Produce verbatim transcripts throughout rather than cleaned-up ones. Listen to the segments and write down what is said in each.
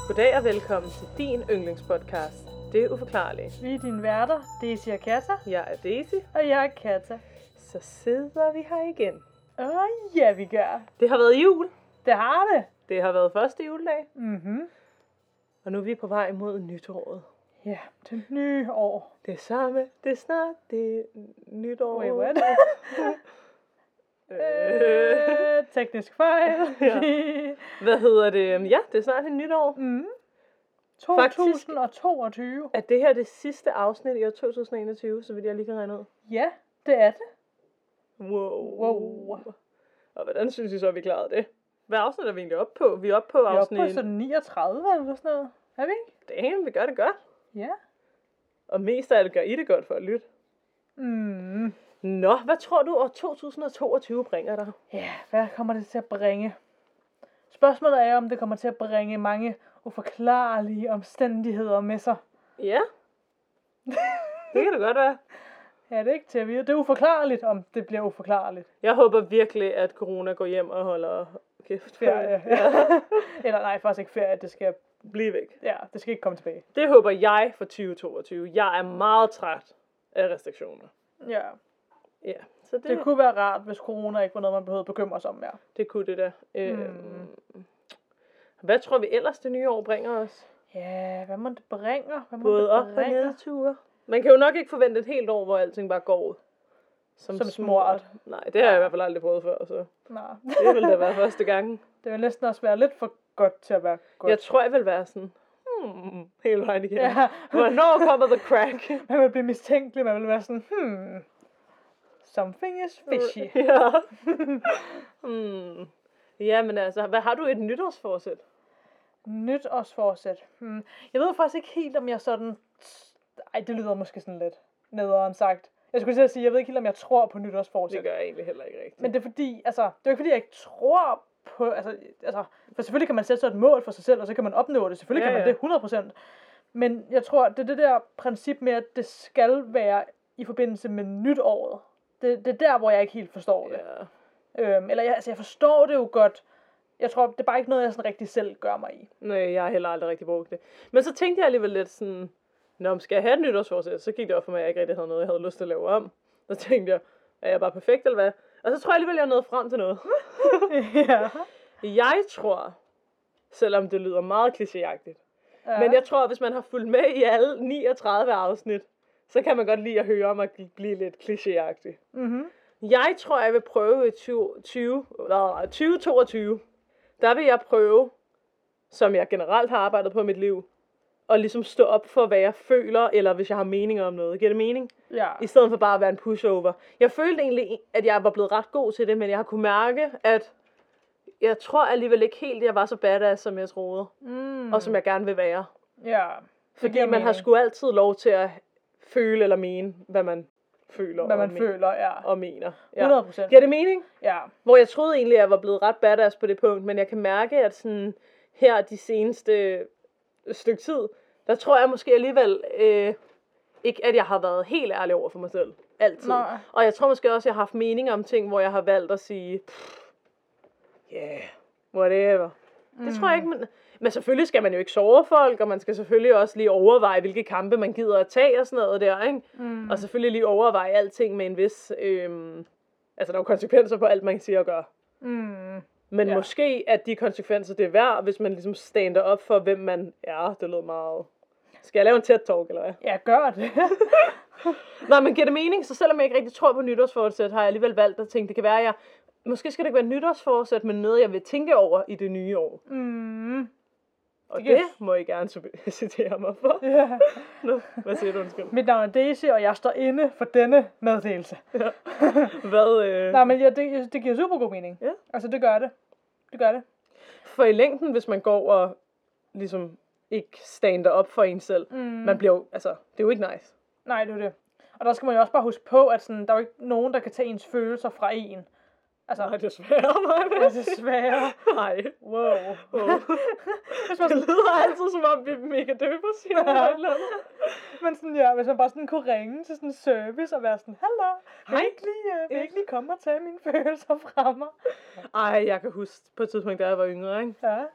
Goddag og velkommen til din yndlingspodcast. Det er uforklarligt. Vi er dine værter, Daisy og Katta. Jeg er Daisy. Og jeg er Katta. Så sidder vi her igen. Åh ja, vi gør. Det har været jul. Det har det. Det har været første juledag. Mhm. Og nu er vi på vej mod nytåret. Ja, det nye år. Det samme, det er snart, det er nytår. Wait, what? øh. øh, teknisk fejl. Ja. Hvad hedder det? Ja, det er snart et nytår. Mhm. to tusind og toogtyve. Er det her det sidste afsnit i år to tusind og enogtyve, så vil jeg lige kan regne ud? Ja, det er det. Wow. Wow. Og hvordan synes I så, at vi klarede det? Hvad afsnit er vi egentlig oppe på? Vi er oppe på Vi er afsnit... oppe på sådan niogtredive eller sådan noget. Er vi ikke? Damn, vi gør det godt. Ja. Og mest af alt gør I det godt for at lytte. Mm. Nå, hvad tror du, år to tusind og toogtyve bringer dig? Ja, hvad kommer det til at bringe? Spørgsmålet er, om det kommer til at bringe mange uforklarlige omstændigheder med sig. Ja. Det kan det godt være. Ja, det er ikke til at vide. Det er uforklarligt, om det bliver uforklarligt. Jeg håber virkelig, at corona går hjem og holder kæft. Ferie. Ja. Eller nej, faktisk ikke ferie. Det skal Blive væk. Ja, det skal ikke komme tilbage. Det håber jeg for tyve toogtyve. Jeg er meget træt af restriktioner. Ja. Ja, så det, Det kunne være rart, hvis corona ikke var noget, man behøvede at bekymre sig om mere. det kunne det da. Mm. Øhm, hvad tror vi ellers det nye år bringer os? Ja, hvad må det bringer? Hvad må Både det op- og bringer? nedture. Man kan jo nok ikke forvente et helt år, hvor alting bare går som, Som smurt. Nej, det har jeg i hvert fald aldrig prøvet før, så Nej. det vil da være første gang. Det vil næsten også være lidt for godt til at være godt. Jeg tror, jeg vil være sådan, hmm, hele vejen igen. Ja. Hvornår kommer the crack? Man vil blive mistænkelig, man vil være sådan, hmm, something is fishy. Ja. hmm. Ja, men altså, hvad har du et nytårsforsæt? Nytårsforsæt. Hmm. Jeg ved faktisk ikke helt, om jeg sådan... Ej, det lyder måske sådan lidt nederen sagt. Jeg skulle til at sige, jeg ved ikke helt, om jeg tror på nytårsforsæt. Det gør jeg egentlig heller ikke rigtigt. Men det er fordi, altså, det er jo ikke fordi, jeg ikke tror på, altså, altså, for selvfølgelig kan man sætte sig et mål for sig selv, og så kan man opnå det. Selvfølgelig Ja, kan man ja. det hundrede procent. Men jeg tror, det er det der princip med, at det skal være i forbindelse med nytåret. Det, det er der, hvor jeg ikke helt forstår det. Ja. Øhm, eller jeg, altså, jeg forstår det jo godt. Jeg tror, det er bare ikke noget, jeg sådan rigtig selv gør mig i. Nej, jeg har heller aldrig rigtig brugt det. Men så tænkte jeg alligevel lidt sådan, når skal jeg have et nytårsforsæt? Så gik det op for mig, at jeg ikke rigtig havde noget, jeg havde lyst til at lave om. Så tænkte jeg, er jeg bare perfekt eller hvad? Og så tror jeg alligevel, jeg er nået frem til noget. Ja. Jeg tror, selvom det lyder meget klichéagtigt, Ja. men jeg tror, at hvis man har fulgt med i alle niogtredive afsnit, så kan man godt lide at høre om at blive lidt klichéagtig. Mm-hmm. Jeg tror, jeg vil prøve i tyve toogtyve. Der vil jeg prøve, som jeg generelt har arbejdet på i mit liv, og ligesom stå op for, hvad jeg føler, eller hvis jeg har meninger om noget. Giver det mening? Ja. I stedet for bare at være en pushover. Jeg følte egentlig, at jeg var blevet ret god til det, men jeg har kunne mærke, at jeg tror alligevel ikke helt, at jeg var så badass, som jeg troede. Mm. Og som jeg gerne vil være. Ja. Fordi man har sgu altid lov til at føle eller mene, hvad man føler Hvad og, man men- føler, ja. og mener. Ja. hundrede procent. Giver det mening? Ja. Hvor jeg troede egentlig, at jeg var blevet ret badass på det punkt, men jeg kan mærke, at sådan her de seneste stykke tid, der tror jeg måske alligevel øh, ikke, at jeg har været helt ærlig over for mig selv. Altid. Nej. Og jeg tror måske også, at jeg har haft mening om ting, hvor jeg har valgt at sige, yeah, whatever. Mm. Det tror jeg ikke, men, men selvfølgelig skal man jo ikke sove folk, og man skal selvfølgelig også lige overveje, hvilke kampe man gider at tage og sådan noget der, ikke? Mm. Og selvfølgelig lige overveje alting med en vis, øhm, altså der er jo konsekvenser på alt, man siger og gør. Mm. Men Ja. ja. måske, at de konsekvenser, det er værd, hvis man ligesom stander op for, hvem man er. Det lød meget... Skal jeg lave en TED-talk, eller hvad? Ja, gør det. Nej, men giver det mening? Så selvom jeg ikke rigtig tror på nytårsforsæt, har jeg alligevel valgt at tænke, det kan være, at jeg... Måske skal det ikke være nytårsforsæt, men noget, jeg vil tænke over i det nye år. Mm. Og Det det, kan- det må I gerne sub- citere mig for. Ja. Nu, hvad siger du, undskyld? Mit navn er Daisy, og jeg står inde for denne meddelelse. Ja. Hvad... Øh... Nej, men ja, det, det giver super god mening. Ja. Altså, det gør det. Det gør det. For i længden, hvis man går og ligesom ikke stander op for en selv, Mm. man bliver jo... Altså, det er jo ikke nice. Nej, det er det. Og der skal man jo også bare huske på, at sådan, der er jo ikke nogen, der kan tage ens følelser fra en. Altså, Nej, desværre, mig. det er desværre. Nej. Wow. Oh. Hvis man Det sådan, lyder altid, som om vi er mega døber, siger man eller et eller andet. men sådan, ja, hvis man bare sådan kunne ringe til sådan en service og være sådan, hallo, vil Hej. I ikke lige, uh, vil I ikke lige komme og tage mine følelser fra mig? Ej, jeg kan huske på et tidspunkt, da jeg var yngre, ikke? Ja.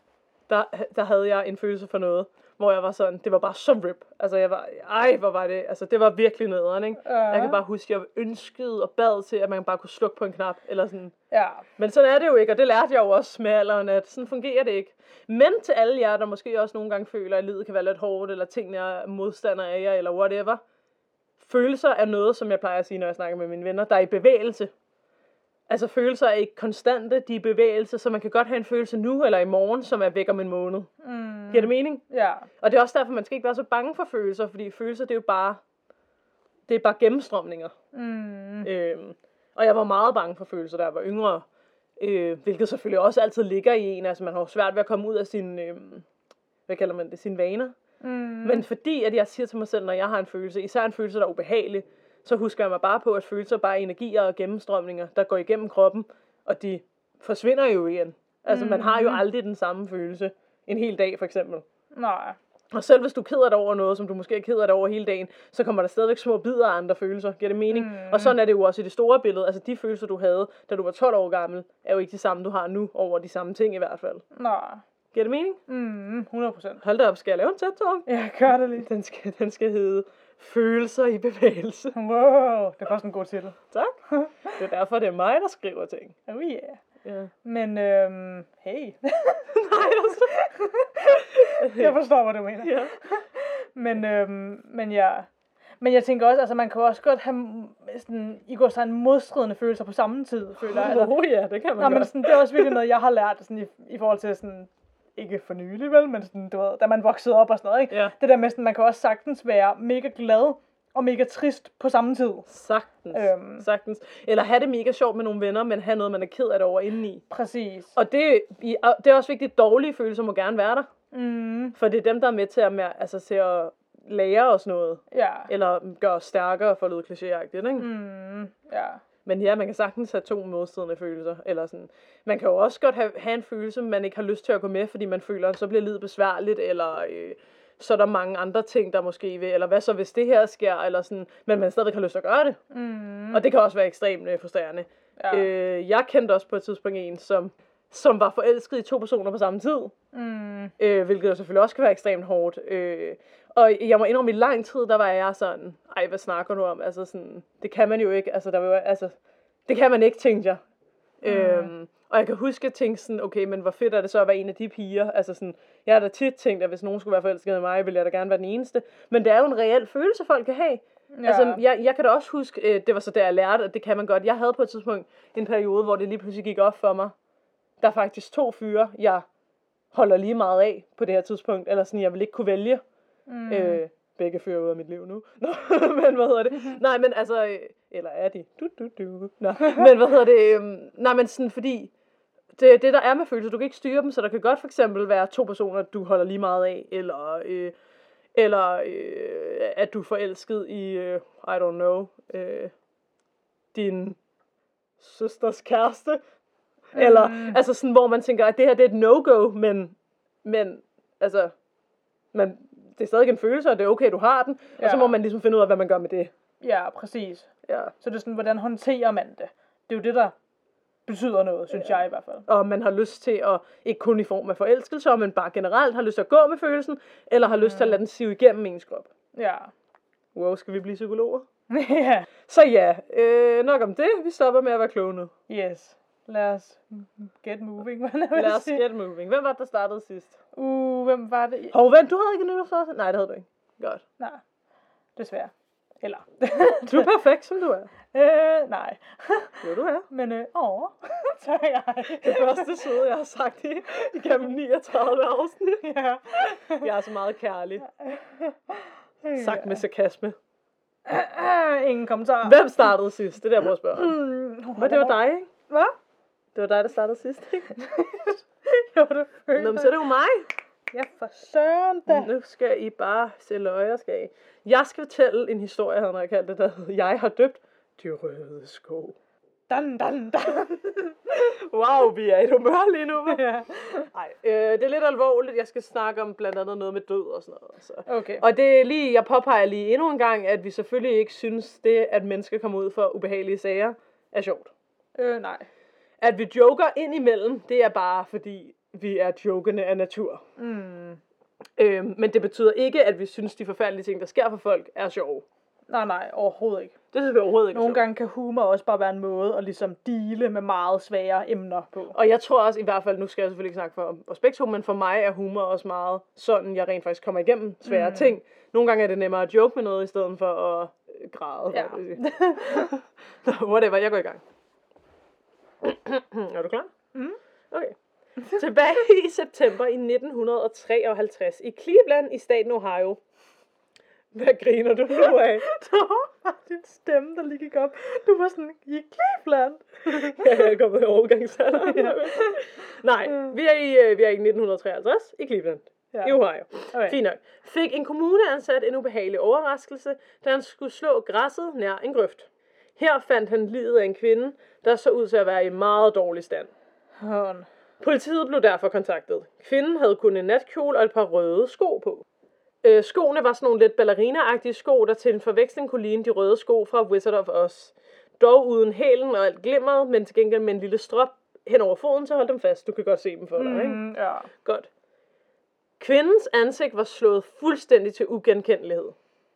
der, der havde jeg en følelse for noget, hvor jeg var sådan, det var bare så rip. Altså jeg var, ej, hvor var det, altså det var virkelig nederen, ikke? Ja. Jeg kan bare huske, jeg ønskede og bad til, at man bare kunne slukke på en knap, eller sådan. Ja. Men sådan er det jo ikke, og det lærte jeg jo også med alderen, at sådan fungerer det ikke. Men til alle jer, der måske også nogle gange føler, at livet kan være lidt hårdt, eller tingene er modstander af jer, eller whatever. Følelser er noget, som jeg plejer at sige, når jeg snakker med mine venner, der er i bevægelse. Altså følelser er ikke konstante, de er i bevægelse, så man kan godt have en følelse nu eller i morgen, som er væk om en måned. Mm. Giver det mening? Ja. Og det er også derfor, man skal ikke være så bange for følelser, fordi følelser, det er jo bare, det er bare gennemstrømninger. Mm. Øhm, og jeg var meget bange for følelser, da jeg var yngre, øh, hvilket selvfølgelig også altid ligger i en, altså man har jo svært ved at komme ud af sine, øh, hvad kalder man det, sine vaner. Mm. Men fordi, at jeg siger til mig selv, når jeg har en følelse, især en følelse, der er ubehagelig, så husker jeg mig bare på, at følelser bare er energier og gennemstrømninger, der går igennem kroppen, og de forsvinder jo igen. Altså, mm. man har jo aldrig den samme følelse en hel dag, for eksempel. Nej. Og selv hvis du keder dig over noget, som du måske er ked af dig over hele dagen, så kommer der stadigvæk små bidder af andre følelser. Giver det mening? Mm. Og sådan er det jo også i det store billede. Altså, de følelser, du havde, da du var tolv år gammel, er jo ikke de samme, du har nu, over de samme ting i hvert fald. Nej. Giver det mening? Mm, hundrede procent. Hold da op, skal jeg lave en TED-talk? Ja, gør det lige. Den skal, den skal hedde Følelser i bevægelse. Wow, det er faktisk en god titel. Tak. Det er derfor, det er mig, der skriver ting. Oh yeah. Ja. Men, øhm, hey. Nej, altså. Jeg forstår, hvad du mener. Ja. Men, øhm, men ja. Men jeg tænker også, altså man kan også godt have sådan, i går sådan modstridende følelser på samme tid, føler jeg. Åh oh, ja, det kan man Nå, godt. men sådan, det er også virkelig noget, jeg har lært sådan, i, i forhold til sådan, ikke for nylig vel, men sådan, du ved, da man voksede op og sådan noget, ikke? Ja. Det der med sådan, man kan også sagtens være mega glad og mega trist på samme tid. Sagtens. Øhm. Sagtens. Eller have det mega sjovt med nogle venner, men have noget, man er ked af det over indeni. Præcis. Og det, og det er også vigtigt, dårlige følelser må gerne være der. Mm. For det er dem, der er med til at, altså, til at lære os noget. Ja. Eller gøre os stærkere, for at lyde klichéagtigt, ikke? Mm. Ja. Men ja, man kan sagtens have to modstridende følelser. Eller sådan. Man kan jo også godt have, have en følelse, man ikke har lyst til at gå med, fordi man føler, at så bliver livet besværligt, eller øh, så er der mange andre ting, der måske vil, eller hvad så hvis det her sker, eller sådan, men man stadig har lyst til at gøre det. Mm. Og det kan også være ekstremt øh, frustrerende. Ja. Øh, jeg kendte også på et tidspunkt en, som, som var forelsket i to personer på samme tid. Mm. Øh, hvilket jo selvfølgelig også kan være ekstremt hårdt. Øh, og jeg må indrømme, i lang tid, der var jeg sådan, ej, hvad snakker du om? Altså sådan, det kan man jo ikke, altså, der var, altså, det kan man ikke, tænkte jeg. Mm. Øhm, og jeg kan huske at tænke sådan, okay, men hvor fedt er det så at være en af de piger? Altså sådan, jeg har da tit tænkt, at hvis nogen skulle være forelsket i mig, ville jeg da gerne være den eneste. Men det er jo en reel følelse, folk kan have. Ja. Altså, jeg, jeg kan da også huske, øh, det var så der jeg lærte, at det kan man godt. Jeg havde på et tidspunkt en periode, hvor det lige pludselig gik op for mig. Der er faktisk to fyre, jeg holder lige meget af på det her tidspunkt, eller sådan, jeg vil ikke kunne vælge. Mm. Øh, begge fyre ud af mit liv nu. Nå, men hvad hedder det? Nej, men altså, øh, eller er de? Du, du, du. Nå, men hvad hedder det? Øh, nej, men sådan, fordi det, det der er med følelser, du kan ikke styre dem, så der kan godt for eksempel være to personer, du holder lige meget af, eller, øh, eller øh, at du er forelsket i, øh, I don't know, øh, din søsters kæreste, mm. eller, altså sådan, hvor man tænker, at det her, det er et no-go, men, men, altså, man, det er stadig en følelse, og det er okay, du har den, ja. Og så må man ligesom finde ud af, hvad man gør med det. Ja, præcis. Ja. Så det er sådan, hvordan håndterer man det? Det er jo det, der betyder noget, synes ja. jeg i hvert fald. Og man har lyst til at, ikke kun i form af forelskelse, men bare generelt har lyst til at gå med følelsen, eller har lyst mm. til at lade den sive igennem ens krop. Ja. Wow, skal vi blive psykologer? Ja. Så ja, øh, nok om det. Vi stopper med at være kloge nu. Yes. Lad os get moving. Lad os get moving. Hvem var det, der startede sidst? Uh, hvem var det? Hov, vent, du havde ikke en nytårsforsæt? Nej, det havde du ikke. Godt. Nej, desværre. Eller. Du er perfekt, som du er. Øh, nej. Jo, du er. Men, øh, åh, så er jeg. Det første søde, jeg har sagt i, igennem niogtredive afsnit. Ja. Jeg er så meget kærlig. Sagt med sarkasme. Ingen kommentar. Hvem startede sidst? Det er der, jeg spørger. Mm, Men det var dig, ikke? Hvad? Det var dig, der startede sidst, ikke? Jo, det følte. Nå, men så er det jo mig. Ja, for søren da. Nu skal I bare se løjer, skal I. Jeg skal fortælle en historie, havde jeg kaldt det, der hedder, jeg har døbt De Røde Sko. Dan, dan, dan. Wow, vi er i et humør lige nu. Ja. Nej, øh, det er lidt alvorligt. Jeg skal snakke om blandt andet noget med død og sådan noget. Så. Okay. Og det er lige, jeg påpeger lige endnu en gang, at vi selvfølgelig ikke synes, det at mennesker kommer ud for ubehagelige sager, er sjovt. Øh, nej. At vi joker ind imellem, det er bare fordi, vi er jokende af natur. Mm. Øhm, men det betyder ikke, at vi synes, de forfærdelige ting, der sker for folk, er sjove. Nej, nej, overhovedet ikke. Det synes vi overhovedet ikke. Nogle gange kan humor også bare være en måde at ligesom dele med meget svære emner på. Og jeg tror også i hvert fald, nu skal jeg selvfølgelig ikke snakke for os begge to, men for mig er humor også meget sådan, jeg rent faktisk kommer igennem svære mm. ting. Nogle gange er det nemmere at joke med noget, i stedet for at græde. Ja. Whatever, jeg går i gang. Er du klar? Mm. Okay. Tilbage i september i nitten treoghalvtreds i Cleveland i staten Ohio. Hvad griner du nu af? Det var din stemme, der lige gik op. Du var sådan, i Cleveland. Ja, jeg er kommet i overgangsalderen. Ja. Nej, vi er, i, vi er i nitten treoghalvtreds i Cleveland. Ja. I Ohio. Okay. Fint nok. Fik en kommuneansat en ubehagelig overraskelse, da han skulle slå græsset nær en grøft. Her fandt han liget af en kvinde, der så ud til at være i meget dårlig stand. Hånd. Politiet blev derfor kontaktet. Kvinden havde kun en natkjole og et par røde sko på. Øh, skoene var sådan nogle lidt ballerina-agtige sko, der til en forveksling kunne ligne de røde sko fra Wizard of Oz. Dog uden hælen og alt glimmeret, men til gengæld med en lille strop hen over foden til at holde dem fast. Du kan godt se dem for dig, ikke? Mm, ja. Godt. Kvindens ansigt var slået fuldstændig til ugenkendelighed.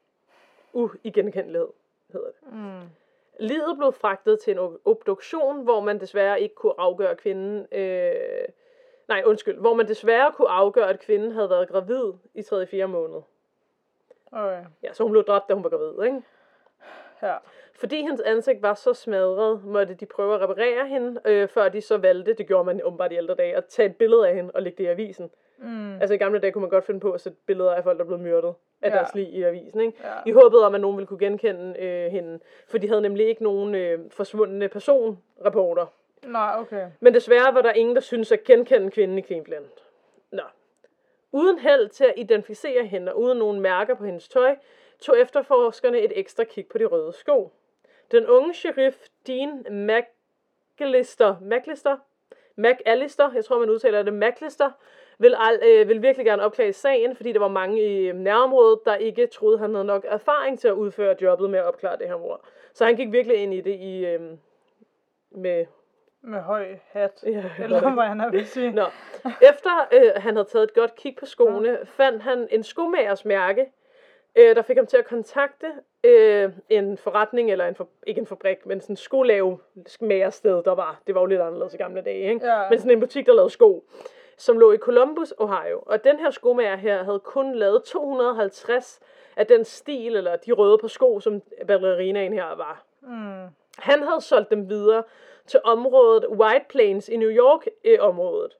Uigenkendelighed hedder det. Mm. Liget blev fragtet til en obduktion, hvor man desværre ikke kunne afgøre kvinden... Øh, nej, undskyld. Hvor man desværre kunne afgøre, at kvinden havde været gravid i tredje fjerde måned. Okay. Ja, så hun blev dræbt, da hun var gravid, ikke? Ja. Fordi hendes ansigt var så smadret, måtte de prøve at reparere hende, øh, før de så valgte, det gjorde man åbenbart i ældre dage, at tage et billede af hende og lægge det i avisen. Mm. Altså i gamle dage kunne man godt finde på at sætte billeder af folk, der blev myrdet af Ja. deres lig i avisen, ikke? Ja. I håbede om, at nogen ville kunne genkende øh, hende, for de havde nemlig ikke nogen øh, forsvundne personreporter. Nej, okay. Men desværre var der ingen, der syntes at genkende kvinden i Cleveland. Nå. Uden held til at identificere hende og uden nogen mærker på hendes tøj, tog efterforskerne et ekstra kig på de røde sko. Den unge sheriff Dean McAllister, McAllister, McAllister, jeg tror man udtaler det, McAllister, vil, øh, vil virkelig gerne opklage sagen, fordi der var mange i nærområdet, der ikke troede, han havde nok erfaring til at udføre jobbet med at opklare det her mord. Så han gik virkelig ind i det i, øh, med... Med høj hat, ja, eller hvad han har vil sige. Nå. Efter øh, han havde taget et godt kig på skoene, ja. fandt han en skomagers mærke, øh, der fik ham til at kontakte øh, en forretning, eller en for, ikke en fabrik, men sådan en skolave-magersted, der var. Det var jo lidt anderledes i gamle dage, ikke? Ja. Men sådan en butik, der lavede sko, som lå i Columbus, Ohio. Og den her skomager her havde kun lavet to hundrede og halvtreds af den stil, eller de røde på sko, som ballerinaen her var. Mm. Han havde solgt dem videre til området White Plains i New York-området.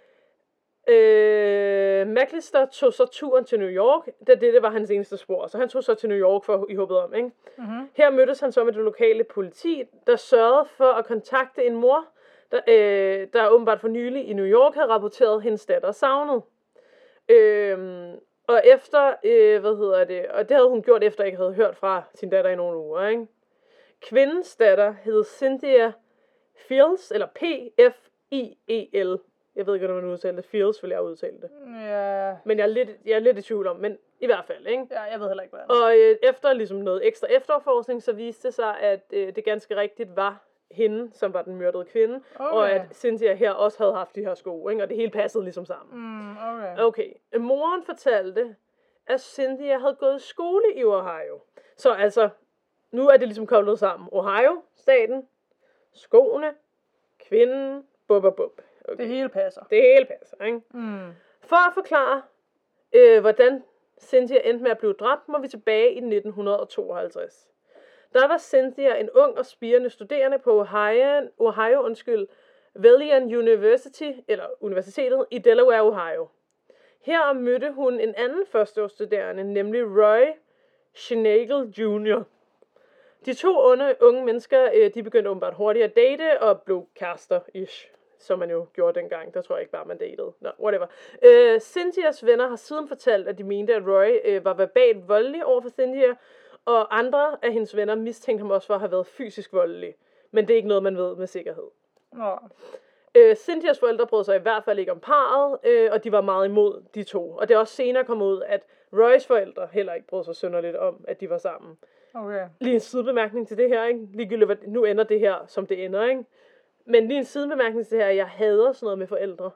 Øh, McAllister tog så turen til New York, da dette var hans eneste spor. Så han tog så til New York for i håbet om, ikke? Mm-hmm. Her mødtes han så med det lokale politi, der sørgede for at kontakte en mor, der, øh, der åbenbart for nylig i New York havde rapporteret hendes datter savnet. Øh, og efter, øh, hvad hedder det, og det havde hun gjort efter ikke havde hørt fra sin datter i nogle uger, ikke? Kvindens datter hed Cynthia Fields, eller P F I E L. Jeg ved ikke, hvordan man udtaler det. Fields vil jeg udtale det. Ja. Men jeg er, lidt, jeg er lidt i tvivl om, men i hvert fald, ikke? Ja, jeg ved heller ikke, hvad. Og øh, efter ligesom noget ekstra efterforskning, så viste det sig, at øh, det ganske rigtigt var hende, som var den myrdede kvinde, Okay. og at Cynthia her også havde haft de her sko, ikke? Og det hele passede ligesom sammen. Mm, okay. Okay. Moren fortalte, at Cynthia havde gået i skole i Ohio. Så altså, nu er det ligesom koblet sammen. Ohio, staten, skoene, kvinden, bub, bub, bub. Okay. Det hele passer. Det hele passer, ikke? Mm. For at forklare, øh, hvordan Cynthia endte med at blive dræbt, må vi tilbage i nitten tooghalvtreds. Der var Cynthia en ung og spirende studerende på Ohio, Ohio undskyld, Wesleyan University, eller universitetet i Delaware, Ohio. Her mødte hun en anden førsteårsstuderende, nemlig Roy Schneigel junior De to unge, unge mennesker, de begyndte åbenbart hurtigt at date og blev kærester-ish, som man jo gjorde dengang. Der tror jeg ikke bare, man datede. Nå, whatever. Uh, Cynthias venner har siden fortalt, at de mente, at Roy uh, var verbalt voldelig over for Cynthia, og andre af hendes venner mistænkte ham også for at have været fysisk voldelig. Men det er ikke noget, man ved med sikkerhed. Nå. Uh, Cynthias forældre brød sig i hvert fald ikke om parret, uh, og de var meget imod de to. Og det er også senere kommet ud, at Roys forældre heller ikke brød sig synderligt om, at de var sammen. Okay. Lige en sidebemærkning til det her, ikke? Ligegyldigt, hvad, nu ender det her, som det ender, ikke? Men lige en sidebemærkning til det her, jeg hader sådan noget med forældre,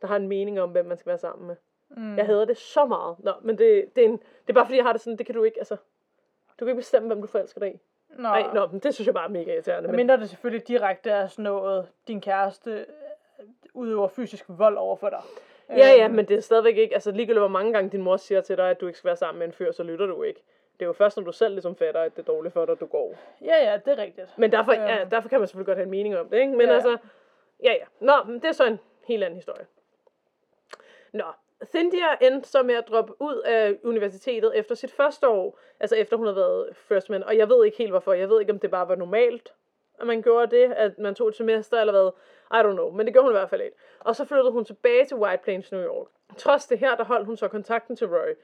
der har en mening om, hvem man skal være sammen med. Mm. Jeg hader det så meget. Nå, men det, det, er en, det er bare fordi, jeg har det sådan, det kan du ikke, altså, du kan ikke bestemme, hvem du forelsker dig i. Nå. Nej, nå, men det synes jeg bare er mega irriterende. Men mindre det selvfølgelig direkte er sådan noget, din kæreste udøver fysisk vold over for dig. Ja, ja, men det er stadigvæk ikke, altså ligegyldigt hvor mange gange din mor siger til dig, at du ikke skal være sammen med en fyr, så lytter du ikke. Det er jo først, når du selv ligesom fatter, at det er dårligt for dig, at du går. Ja, ja, det er rigtigt. Men derfor, ja, derfor kan man selvfølgelig godt have en mening om det, ikke? Men ja. altså, ja, ja. Nå, men det er så en helt anden historie. Nå, Cynthia endte så med at droppe ud af universitetet efter sit første år, altså efter hun havde været freshman, og jeg ved ikke helt hvorfor, jeg ved ikke om det bare var normalt, at man gjorde det, at man tog et semester eller hvad, I don't know, men det gjorde hun i hvert fald ikke. Og så flyttede hun tilbage til White Plains, New York. Trods det her, der holdt hun så kontakten til Roy.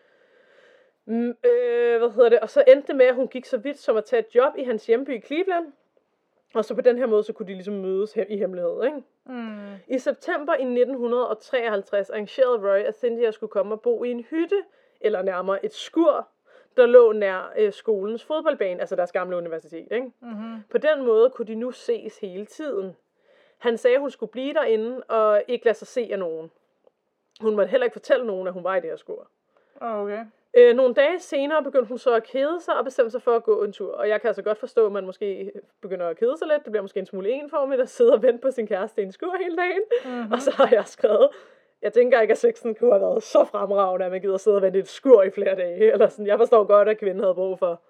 Mm, øh, hvad hedder det? Og så endte det med, at hun gik så vidt som at tage et job i hans hjemby Cleveland. Og så på den her måde, så kunne de ligesom mødes i hemmelighed, ikke? Mm. I september i nitten treoghalvtreds arrangerede Roy, at Cynthia skulle komme og bo i en hytte, eller nærmere et skur, der lå nær øh, skolens fodboldbane, altså deres gamle universitet, ikke? Mm-hmm. På den måde kunne de nu ses hele tiden. Han sagde, at hun skulle blive derinde og ikke lade sig se af nogen. Hun måtte heller ikke fortælle nogen, at hun var i det her skur. Okay. Øh, nogle dage senere begyndte hun så at kede sig og bestemte sig for at gå en tur. Og jeg kan altså godt forstå, at man måske begynder at kede sig lidt. Det bliver måske en smule enformigt at sidde og vente på sin kæreste i en skur hele dagen. Mm-hmm. Og så har jeg skrevet, jeg tænker ikke, at sexen kunne have været så fremragende, at man gider sidde og vente i et skur i flere dage. Eller sådan. Jeg forstår godt, at kvinden havde brug for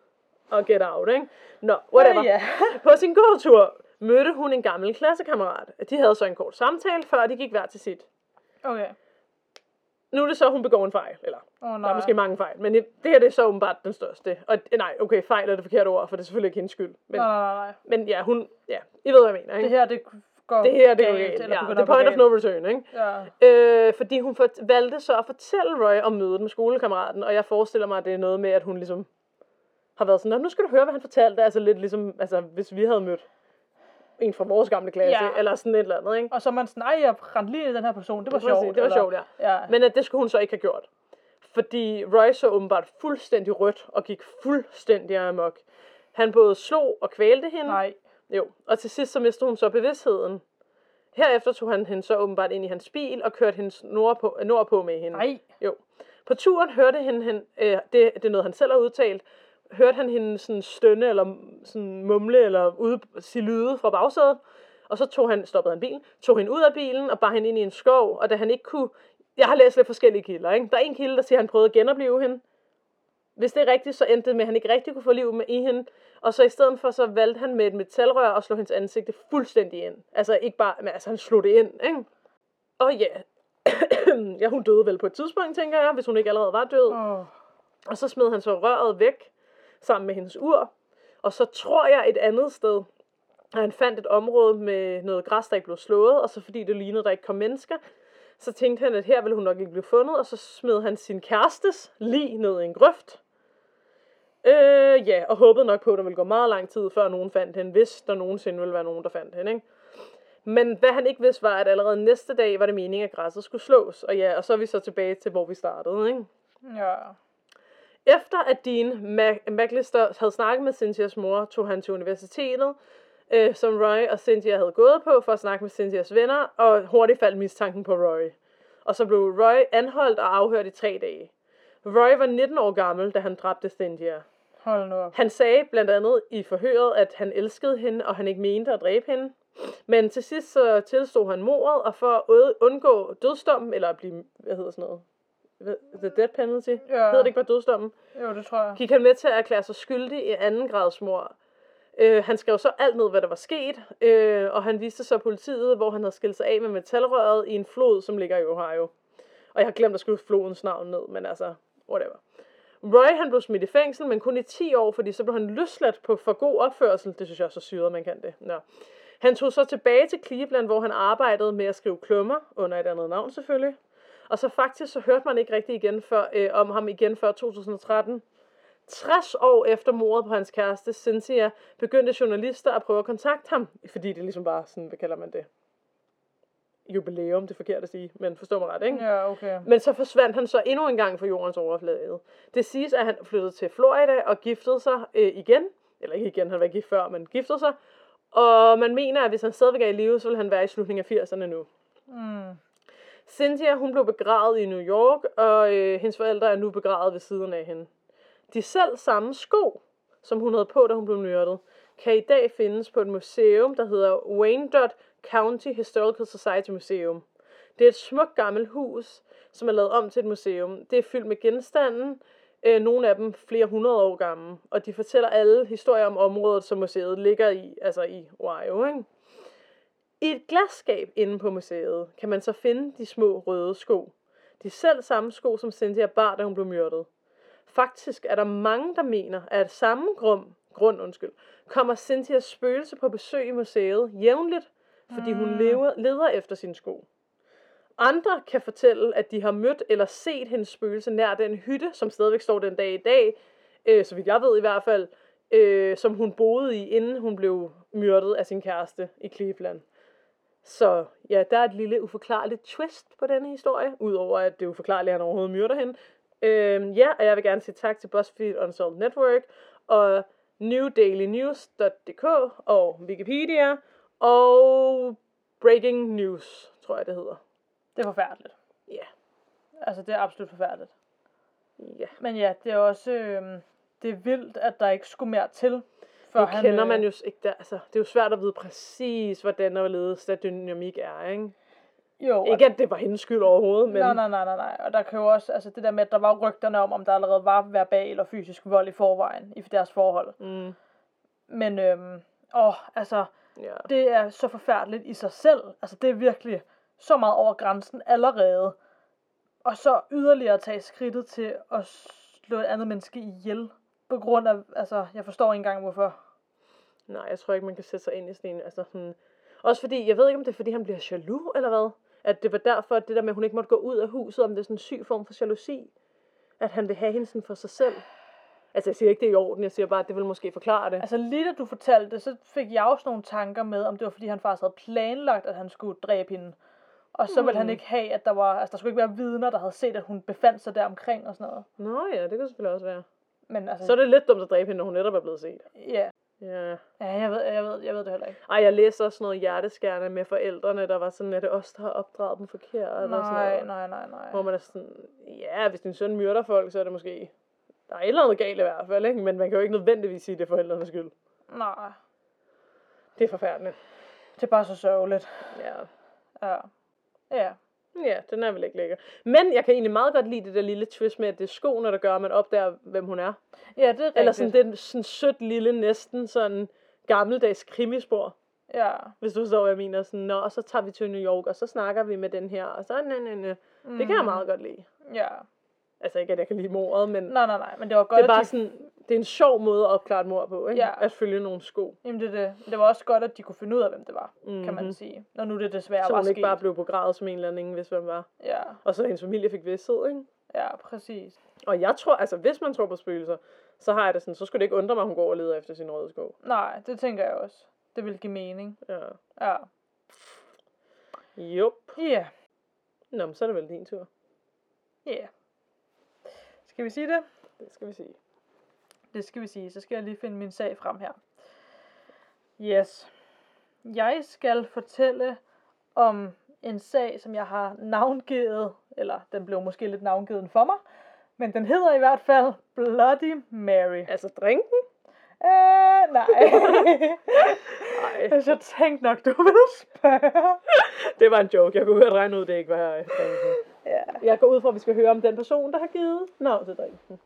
at get out, ikke? Nå, whatever. Ja, ja. På sin gåtur mødte hun en gammel klassekammerat. De havde så en kort samtale, før de gik hver til sit. Okay. Nu er det så, hun begår en fejl. Eller, oh, der er måske mange fejl. Men det her det er så åbenbart den største. Og nej, okay, fejl er det forkerte ord, for det er selvfølgelig ikke hendes skyld. Men, nej, nej, nej. Men ja, hun, ja, I ved, hvad jeg mener, ikke? Det her, det går det her, det er galt, galt. Ja, det er point of no return, ikke? Ja. Øh, fordi hun for, valgte så at fortælle Roy om mødet med skolekammeraten, og jeg forestiller mig, at det er noget med, at hun ligesom har været sådan, nu skal du høre, hvad han fortalte. Altså lidt ligesom, altså hvis vi havde mødt en fra vores gamle klasse, ja. Eller sådan et eller andet, ikke? Og så man sådan, nej, jeg rendte lige i den her person, det var sjovt. Det var eller? sjovt, ja. ja. Men at det skulle hun så ikke have gjort. Fordi Roy så åbenbart fuldstændig rødt, og gik fuldstændig amok. Han både slog og kvælte hende. Nej. Jo, og til sidst så mistede hun så bevidstheden. Herefter tog han hende så åbenbart ind i hans bil, og kørte hende nordpå, nordpå med hende. Nej. Jo. På turen hørte hende, hende øh, det, det er noget han selv har udtalt, hørte han hende sådan stønne, eller sådan mumle, eller ude, sige lyde fra bagsædet. Og så tog han, stoppede han bilen, tog hende ud af bilen, og bar hende ind i en skov, og da han ikke kunne, jeg har læst lidt forskellige kilder, ikke? Der er en kilde, der siger, at han prøvede at genopleve hende. Hvis det er rigtigt, så endte det med, at han ikke rigtig kunne få liv med i hende. Og så i stedet for, så valgte han med et metalrør og slå hendes ansigte fuldstændig ind. Altså ikke bare, men altså han slog det ind, ikke? Og ja, ja, hun døde vel på et tidspunkt, tænker jeg, hvis hun ikke allerede var død. Oh. Og så smed han så røret væk, sammen med hendes ur. Og så tror jeg et andet sted, at han fandt et område med noget græs, der ikke blev slået, og så fordi det lignede, der ikke kom mennesker, så tænkte han, at her ville hun nok ikke blive fundet, og så smed han sin kærestes lig ned i en grøft. Øh, ja, og håbede nok på, at der ville gå meget lang tid, før nogen fandt hende, hvis der nogensinde ville være nogen, der fandt hende, ikke? Men hvad han ikke vidste, var, at allerede næste dag var det meningen, at græsset skulle slås. Og ja, og så er vi så tilbage til, hvor vi startede, ikke? Ja. Efter at Dean McLister havde snakket med Cynthias mor, tog han til universitetet, øh, som Roy og Cynthia havde gået på, for at snakke med Cynthias venner, og hurtigt faldt mistanken på Roy. Og så blev Roy anholdt og afhørt i tre dage. Roy var nitten år gammel, da han dræbte Cynthia. Hold nu op. Han sagde blandt andet i forhøret, at han elskede hende, og han ikke mente at dræbe hende. Men til sidst så tilstod han mordet, og for at undgå dødsdommen, eller at blive, hvad hedder sådan noget? The death penalty? Ja. Hedder det ikke bare dødsdommen? Jo, det tror jeg. Gik han med til at erklære sig skyldig i anden grads mord. Øh, han skrev så alt ned, hvad der var sket, øh, og han viste så politiet, hvor han havde skilt sig af med metalrøret i en flod, som ligger i Ohio. Og jeg har glemt at skrive flodens navn ned, men altså, whatever. Roy, han blev smidt i fængsel, men kun i ti år, fordi så blev han løsladt på for god opførsel. Det synes jeg er så syret, man kan det. Nå. Han tog så tilbage til Cleveland, hvor han arbejdede med at skrive klummer, under et andet navn selvfølgelig. Og så faktisk, så hørte man ikke rigtig igen før, øh, om ham igen før to tusind og tretten. tres år efter mordet på hans kæreste, Cynthia, begyndte journalister at prøve at kontakte ham, fordi det ligesom bare sådan, hvad kalder man det? Jubilæum, det er forkert at sige, men forstår mig ret, ikke? Ja, okay. Men så forsvandt han så endnu en gang fra jordens overflade. Det siges, at han flyttede til Florida og giftede sig øh, igen. Eller ikke igen, han var gift før, men giftede sig. Og man mener, at hvis han stadigvæk er i live, så vil han være i slutningen af firserne nu. Mm. Cynthia, hun blev begravet i New York, og øh, hendes forældre er nu begravet ved siden af hende. De selv samme sko, som hun havde på, da hun blev myrdet, kan i dag findes på et museum, der hedder Wyandotte County Historical Society Museum. Det er et smukt gammelt hus, som er lavet om til et museum. Det er fyldt med genstande, øh, nogle af dem flere hundrede år gamle, og de fortæller alle historier om området, som museet ligger i, altså i Ohio, ikke? I et glasskab inde på museet kan man så finde de små røde sko. De selv samme sko, som Cynthia bar, da hun blev myrdet. Faktisk er der mange, der mener, at af samme grund, grund undskyld, kommer Cynthias spøgelse på besøg i museet jævnligt, fordi hun lever, leder efter sine sko. Andre kan fortælle, at de har mødt eller set hendes spøgelse nær den hytte, som stadigvæk står den dag i dag, øh, så vidt jeg ved i hvert fald, øh, som hun boede i, inden hun blev myrdet af sin kæreste i Cleveland. Så ja, der er et lille uforklarligt twist på denne historie, udover at det er uforklarligt, at han overhovedet myrder hende. Øh, ja, og jeg vil gerne sige tak til BuzzFeed Unsolved Network, og new daily news dot d k og Wikipedia, og Breaking News, tror jeg det hedder. Det er forfærdeligt. Ja. Yeah. Altså, det er absolut forfærdeligt. Ja. Yeah. Men ja, det er også, øh, det er vildt, at der ikke skulle mere til. Nu han, kender man jo ikke der, altså, det er jo svært at vide præcis, hvordan og hvorledes der dynamik er, ikke? Jo. Ikke at det var hendes skyld overhovedet, men... Nej, nej, nej, nej, nej. Og der kan jo også, altså det der med, at der var rygterne om, om der allerede var verbal og fysisk vold i forvejen i deres forhold. Mm. Men, øhm, åh, altså, ja. Det er så forfærdeligt i sig selv. Altså, det er virkelig så meget over grænsen allerede. Og så yderligere tage skridtet til at slå et andet menneske ihjel. På grund af, altså, jeg forstår ikke engang, hvorfor. Nej, jeg tror ikke, man kan sætte sig ind i sådan en, altså sådan... Også fordi, jeg ved ikke, om det er, fordi han bliver jaloux, eller hvad? At det var derfor, at det der med, at hun ikke måtte gå ud af huset, om det er sådan en syg form for jalousi. At han vil have hende sådan for sig selv. Altså, jeg siger ikke, det er i orden. Jeg siger bare, at det vil måske forklare det. Altså, lige da du fortalte det, så fik jeg også nogle tanker med, om det var, fordi han faktisk havde planlagt, at han skulle dræbe hende. Og så mm. ville han ikke have, at der var... Altså, der skulle ikke være vidner, der havde set, at hun befandt sig der omkring og sådan noget. Nå ja, det kan selvfølgelig også være. Men altså... Så er det lidt dumt at dræbe hende, når hun netop er blevet set. Ja. Ja. Ja, jeg ved, jeg ved, jeg ved det heller ikke. Ej, jeg læste også noget hjerteskærende med forældrene, der var sådan, at det os, der har opdraget dem forkert. Nej, og sådan noget. nej, nej, nej. Hvor man er sådan, ja, hvis din søn myrder folk, så er det måske... Der er et eller andet galt i hvert fald, ikke? Men man kan jo ikke nødvendigvis sige, at det er forældrenes skyld. Nej. Det er forfærdeligt. Det er bare så sørgeligt. Ja. Ja. Ja. Ja, den er vel ikke lækker. Men jeg kan egentlig meget godt lide det der lille twist med, at det er skoene, der gør, at man opdager, hvem hun er. Ja, det er rigtigt. Eller sådan, det er sådan sødt lille, næsten sådan gammeldags krimispor. Ja. Hvis du forstår, hvad jeg mener. Sådan, nå, og så tager vi til New York, og så snakker vi med den her, og så næ, næ, næ. Mm. Det kan jeg meget godt lide. Ja. Altså ikke, at jeg kan lide mordet, men... Nej, nej, nej, men det var godt, det er bare de... sådan, det er en sjov måde at opklare et mord på, ikke? Ja. At følge nogle sko. Jamen det, det. det var også godt, at de kunne finde ud af, hvem det var, mm-hmm. kan man Mhm. sige. Når nu det desværre Så var hun sket. ikke bare blev begravet som en eller anden, ingen vidste, hvem var. Ja. Og så hendes familie fik vidsthed, ikke? Ja, præcis. Og jeg tror, altså hvis man tror på spøgelser, så har jeg det sådan, så skulle det ikke undre mig, at hun går og leder efter sin røde sko. Nej, det tænker jeg også. Det vil give mening. Ja. Ja. Jup. Ja. Nå, men så er det vel din tur. Ja. Skal vi sige det? Det skal vi sige. Det skal vi sige. Så skal jeg lige finde min sag frem her. Yes. Jeg skal fortælle om en sag, som jeg har navngivet, eller den blev måske lidt navngivet for mig, men den hedder i hvert fald Bloody Mary. Altså drinken? Øh, nej. Nej. Altså, jeg tænkte nok, du ville spørge. Det var en joke. Jeg kunne høre regne ud, det ikke var drinken. Ja. Jeg går ud fra, at vi skal høre om den person, der har givet navn til drinken.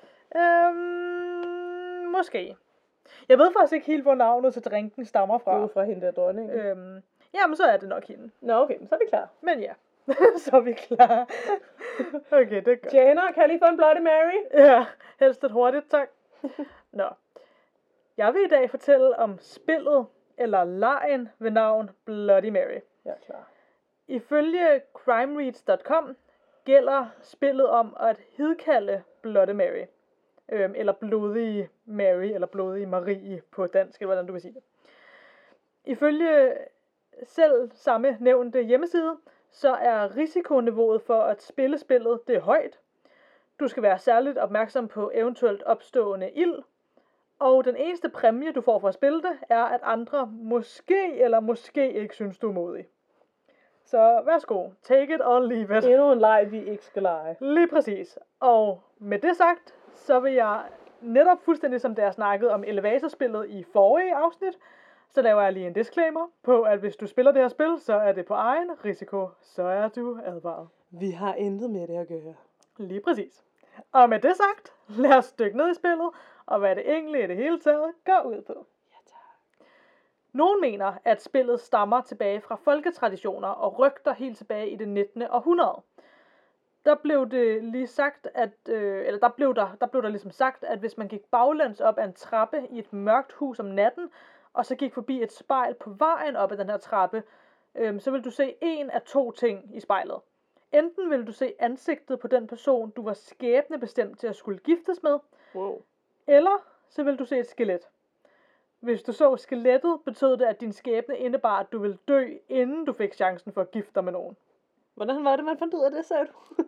Øhm, måske. Jeg ved faktisk ikke helt, hvor navnet til drinken stammer fra. Det er fra hende der dronning. Øhm, jamen, så er det nok hende. Nå, okay, så er vi klar. Men ja, så er vi klar. Okay, det er godt. Jana, kan jeg lige få en Bloody Mary? Ja, helst lidt hurtigt, tak. Nå. Jeg vil i dag fortælle om spillet, eller legen ved navn Bloody Mary. Jeg er klar. Ifølge crimereads punktum com gælder spillet om at hidkalde Bloody Mary. Øhm, eller Blodige Mary, eller Blodige Marie på dansk, eller hvordan du vil sige det. Ifølge selv samme nævnte hjemmeside, så er risikoniveauet for at spille spillet, det er højt. Du skal være særligt opmærksom på eventuelt opstående ild. Og den eneste præmie, du får for at spille det, er, at andre måske eller måske ikke synes, du er modig. Så værsgo, take it or leave it. Endnu en leg, vi ikke skal lege. Lige præcis. Og med det sagt, så vil jeg netop fuldstændig som da jeg snakkede om elevatorspillet i forrige afsnit, så laver jeg lige en disclaimer på, at hvis du spiller det her spil, så er det på egen risiko, så er du advaret. Vi har intet med det at gøre. Lige præcis. Og med det sagt, lad os dykke ned i spillet, og hvad det egentlig i det hele taget går ud på. Ja, tak. Nogle mener, at spillet stammer tilbage fra folketraditioner og rygter helt tilbage i det nittende århundrede. Der blev det lige sagt, at, øh, eller der blev der, der blev der ligesom sagt, at hvis man gik baglæns op ad en trappe i et mørkt hus om natten, og så gik forbi et spejl på vejen op ad den her trappe, øh, så vil du se en af to ting i spejlet. Enten vil du se ansigtet på den person, du var skæbnebestemt til at skulle giftes med, Wow. eller så vil du se et skelet. Hvis du så skelettet, betød det, at din skæbne indebar, at du ville dø, inden du fik chancen for at gifte dig med nogen. Hvordan var det, man fandt ud af det, sagde du?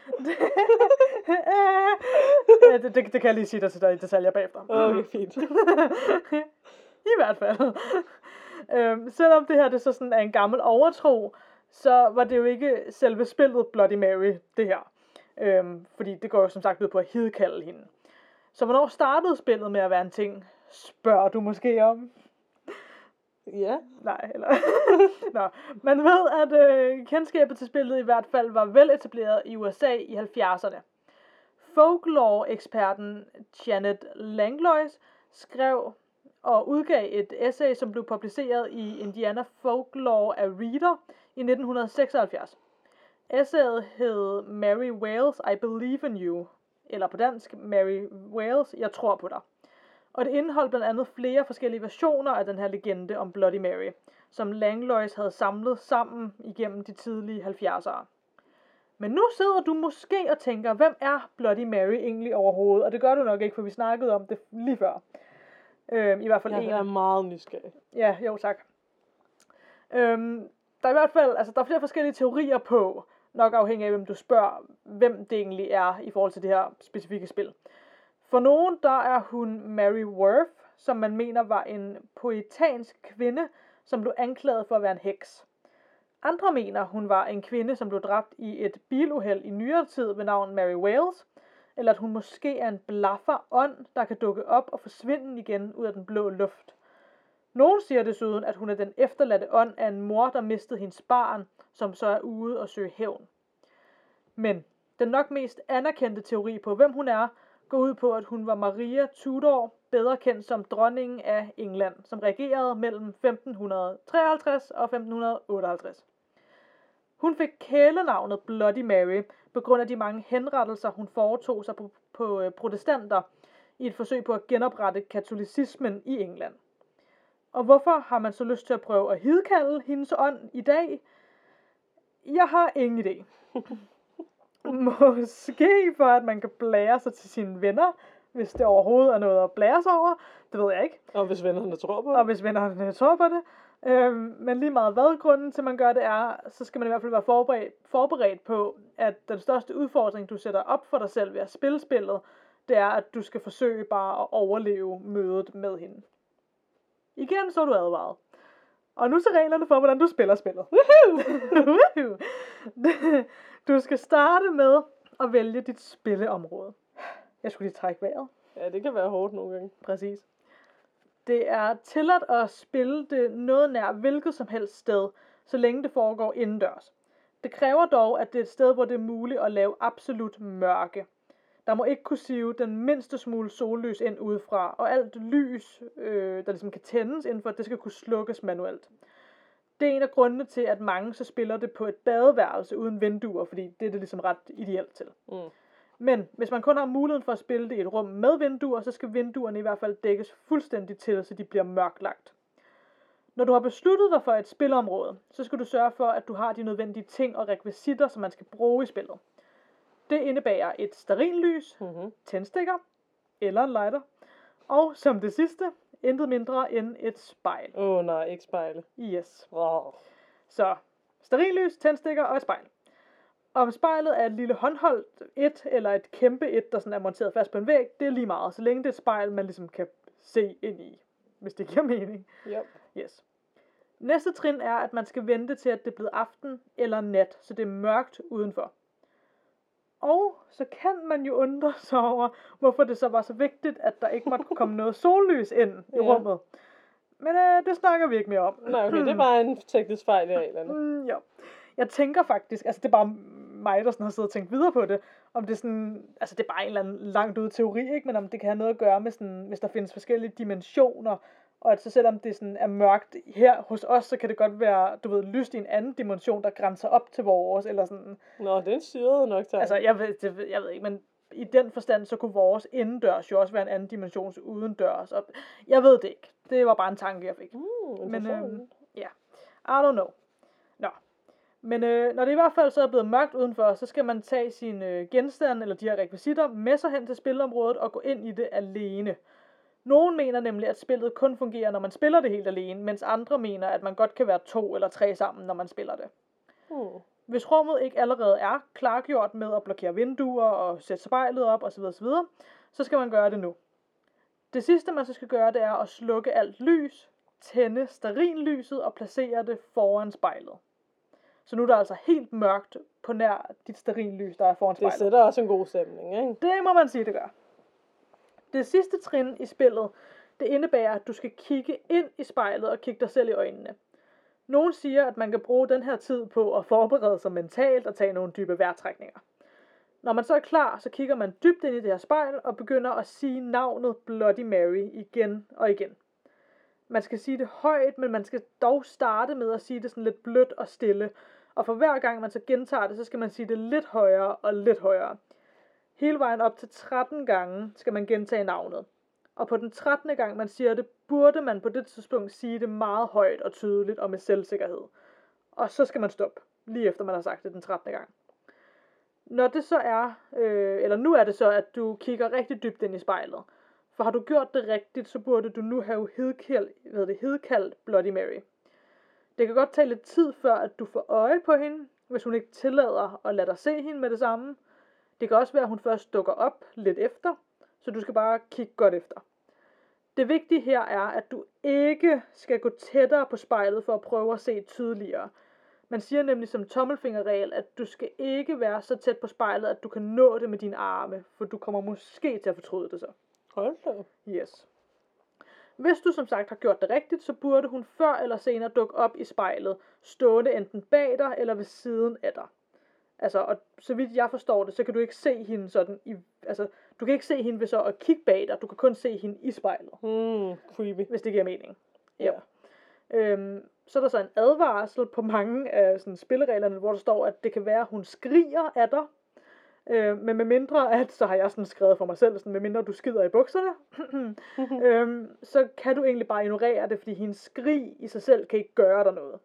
ja, det, det, det kan jeg lige sige dig til dig i detaljer bagefter. Okay, fint. I hvert fald. øhm, selvom det her det så sådan er en gammel overtro, så var det jo ikke selve spillet Bloody Mary, det her. Øhm, fordi det går jo som sagt ud på at hidkalde hende. Så hvornår startede spillet med at være en ting, spørger du måske om? Ja. Nej, eller... Nå, man ved, at øh, kendskabet til spillet i hvert fald var veletableret i U S A i halvfjerdserne. Folklore-eksperten Janet Langlois skrev og udgav et essay, som blev publiceret i Indiana Folklore A Reader i nitten seksoghalvfjerds. Essayet hed Mary Wales, I Believe in You, eller på dansk, Mary Wales, Jeg tror på dig. Og det indeholdt blandt andet flere forskellige versioner af den her legende om Bloody Mary, som Langlois havde samlet sammen igennem de tidlige halvfjerdsere. Men nu sidder du måske og tænker, hvem er Bloody Mary egentlig overhovedet? Og det gør du nok ikke, for vi snakkede om det lige før. Øhm, I hvert fald Jeg en. er meget nysgerrig. Ja, jo tak. Øhm, der er i hvert fald, altså der er flere forskellige teorier på, nok afhængig af hvem du spørger, hvem det egentlig er i forhold til det her specifikke spil. For nogen, der er hun Mary Worth, som man mener var en puritansk kvinde, som blev anklaget for at være en heks. Andre mener, hun var en kvinde, som blev dræbt i et biluheld i nyere tid ved navn Mary Wales, eller at hun måske er en blaffer ånd, der kan dukke op og forsvinde igen ud af den blå luft. Nogen siger desuden, at hun er den efterladte ånd af en mor, der mistede hendes barn, som så er ude og søge hævn. Men den nok mest anerkendte teori på, hvem hun er, går ud på, at hun var Maria Tudor, bedre kendt som dronningen af England, som regerede mellem femten treoghalvtreds og femten otteoghalvtreds. Hun fik kælenavnet Bloody Mary på grund af de mange henrettelser, hun foretog sig på, på protestanter i et forsøg på at genoprette katolicismen i England. Og hvorfor har man så lyst til at prøve at hidkalde hendes ånd i dag? Jeg har ingen idé. Måske for, at man kan blære sig til sine venner, hvis det overhovedet er noget at blære sig over. Det ved jeg ikke. Og hvis vennerne tror på det. Og hvis vennerne tror på det. Øhm, men lige meget hvad grunden til, man gør det er, så skal man i hvert fald være forberedt, forberedt på, at den største udfordring, du sætter op for dig selv ved at spille spillet, det er, at du skal forsøge bare at overleve mødet med hende. Igen, så er du advaret. Og nu til reglerne for, hvordan du spiller spillet. Woohoo! Du skal starte med at vælge dit spilleområde. Jeg skulle lige trække vejret. Ja, det kan være hårdt nogle gange. Præcis. Det er tilladt at spille det noget nær hvilket som helst sted, så længe det foregår indendørs. Det kræver dog, at det er et sted, hvor det er muligt at lave absolut mørke. Der må ikke kunne sive den mindste smule sollys ind udefra, og alt lys, øh, der ligesom kan tændes indenfor, det skal kunne slukkes manuelt. Det er en af grundene til, at mange så spiller det på et badeværelse uden vinduer, fordi det er det ligesom ret ideelt til. Mm. Men hvis man kun har muligheden for at spille det i et rum med vinduer, så skal vinduerne i hvert fald dækkes fuldstændig til, så de bliver mørklagt. Når du har besluttet dig for et spilområde, så skal du sørge for, at du har de nødvendige ting og rekvisitter, som man skal bruge i spillet. Det indebærer et stearinlys, Mm-hmm. tændstikker eller en lighter, og som det sidste, intet mindre end et spejl. Åh oh, nej, ikke spejle. Yes. Wow. Så stearinlys, tændstikker og et spejl. Om spejlet er et lille håndholdt et, eller et kæmpe et, der sådan er monteret fast på en væg, det er lige meget, så længe det er et spejl, man ligesom kan se ind i, hvis det giver mening. Yep. Yes. Næste trin er, at man skal vente til, at det er blevet aften eller nat, så det er mørkt udenfor. Og så kan man jo undre sig over, hvorfor det så var så vigtigt, at der ikke måtte komme noget sollys ind i Ja. rummet. Men øh, det snakker vi ikke mere om. Nej, okay, det er bare en teknisk fejl i reglerne. Mm, jo. Jeg tænker faktisk, altså det er bare mig, der sådan har siddet og tænkt videre på det, om det er sådan, altså det er bare en eller anden langt ude teori, ikke? Men om det kan have noget at gøre med sådan, hvis der findes forskellige dimensioner, og at så selvom det sådan er mørkt her hos os, så kan det godt være, du ved, lyst i en anden dimension, der grænser op til vores, eller sådan. Nå, det er en syret nok, tak. Altså, jeg ved, det, ved- jeg ved ikke, men i den forstand, så kunne vores indendørs jo også være en anden dimensions udendørs. Og jeg ved det ikke. Det var bare en tanke, jeg fik. Mm, Men interessant. øhm, ja, I don't know. Nå. Men øh, når det i hvert fald så er blevet mørkt udenfor, så skal man tage sine øh, genstande eller de her rekvisitter med sig hen til spilområdet og gå ind i det alene. Nogen mener nemlig, at spillet kun fungerer, når man spiller det helt alene, mens andre mener, at man godt kan være to eller tre sammen, når man spiller det. Hmm. Hvis rummet ikke allerede er klargjort med at blokere vinduer og sætte spejlet op osv., osv., så skal man gøre det nu. Det sidste, man så skal gøre, det er at slukke alt lys, tænde stearinlyset og placere det foran spejlet. Så nu er der altså helt mørkt på nær dit stearinlys, der er foran Det spejlet. sætter også en god stemning, ikke? Det må man sige, det gør. Det sidste trin i spillet, det indebærer, at du skal kigge ind i spejlet og kigge dig selv i øjnene. Nogen siger, at man kan bruge den her tid på at forberede sig mentalt og tage nogle dybe vejrtrækninger. Når man så er klar, så kigger man dybt ind i det her spejl og begynder at sige navnet Bloody Mary igen og igen. Man skal sige det højt, men man skal dog starte med at sige det sådan lidt blødt og stille. Og for hver gang man så gentager det, så skal man sige det lidt højere og lidt højere. Hele vejen op til tretten gange skal man gentage navnet. Og på den trettende gang man siger det, burde man på det tidspunkt sige det meget højt og tydeligt og med selvsikkerhed. Og så skal man stoppe, lige efter man har sagt det den trettende gang. Når det så er, øh, eller nu er det så, at du kigger rigtig dybt ind i spejlet. For har du gjort det rigtigt, så burde du nu have hedkaldt, hvad det, hedkaldt Bloody Mary. Det kan godt tage lidt tid, før at du får øje på hende, hvis hun ikke tillader at lade dig se hende med det samme. Det kan også være, at hun først dukker op lidt efter, så du skal bare kigge godt efter. Det vigtige her er, at du ikke skal gå tættere på spejlet for at prøve at se tydeligere. Man siger nemlig som tommelfingerregel, at du skal ikke være så tæt på spejlet, at du kan nå det med dine arme, for du kommer måske til at fortryde det så. Hold da. Yes. Hvis du som sagt har gjort det rigtigt, så burde hun før eller senere dukke op i spejlet, stående enten bag dig eller ved siden af dig. Altså, og så vidt jeg forstår det, så kan du ikke se hende sådan i, altså, du kan ikke se hende ved så at kigge bag dig, du kan kun se hende i spejlet. Hmm, creepy. Hvis det giver mening. Ja. Øhm, så er der så en advarsel på mange af sådan, spillereglerne, hvor der står, at det kan være, at hun skriger af dig. Øh, men med mindre, at, så har jeg sådan skrevet for mig selv, sådan, med mindre du skider i bukserne, øhm, så kan du egentlig bare ignorere det, fordi hendes skrig i sig selv kan ikke gøre dig noget.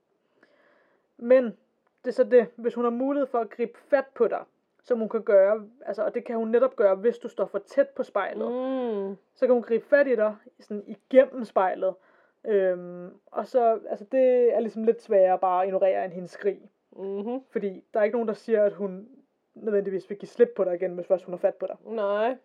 Men det er så det, hvis hun har mulighed for at gribe fat på dig, som hun kan gøre, altså, og det kan hun netop gøre, hvis du står for tæt på spejlet, Mm. så kan hun gribe fat i dig sådan igennem spejlet. Øhm, og så, altså det er ligesom lidt sværere bare at ignorere end hendes skrig. Mm-hmm. Fordi der er ikke nogen, der siger, at hun nødvendigvis vil give slip på dig igen, hvis først hun har fat på dig. Nej.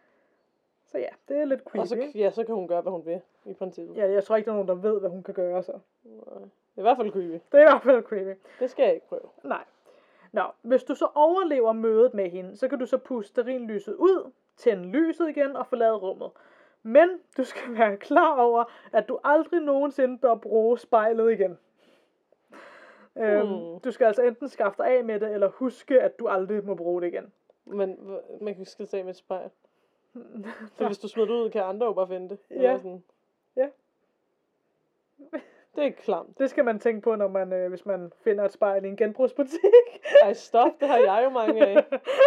Så ja, det er lidt Og så, creepy. ja, så kan hun gøre, hvad hun vil, i princippet. Ja, jeg tror ikke, der er nogen, der ved, hvad hun kan gøre så. Nej. Det er i hvert fald creepy. Det er i hvert fald creepy. Det skal jeg ikke prøve. Nej. Nå, hvis du så overlever mødet med hende, så kan du så puste stearinlyset ud, tænde lyset igen og forlade rummet. Men du skal være klar over, at du aldrig nogensinde bør bruge spejlet igen. Hmm. Øhm, du skal altså enten skaffe dig af med det, eller huske, at du aldrig må bruge det igen. Men h- man kan skille sig af med et spejl. Så hvis du smider det ud, kan andre jo bare finde det. Ja. Eller sådan. Ja. Det er klamt. Det skal man tænke på, når man, øh, hvis man finder et spejl i en genbrugsbutik. Ej, stop. Det har jeg jo mange af.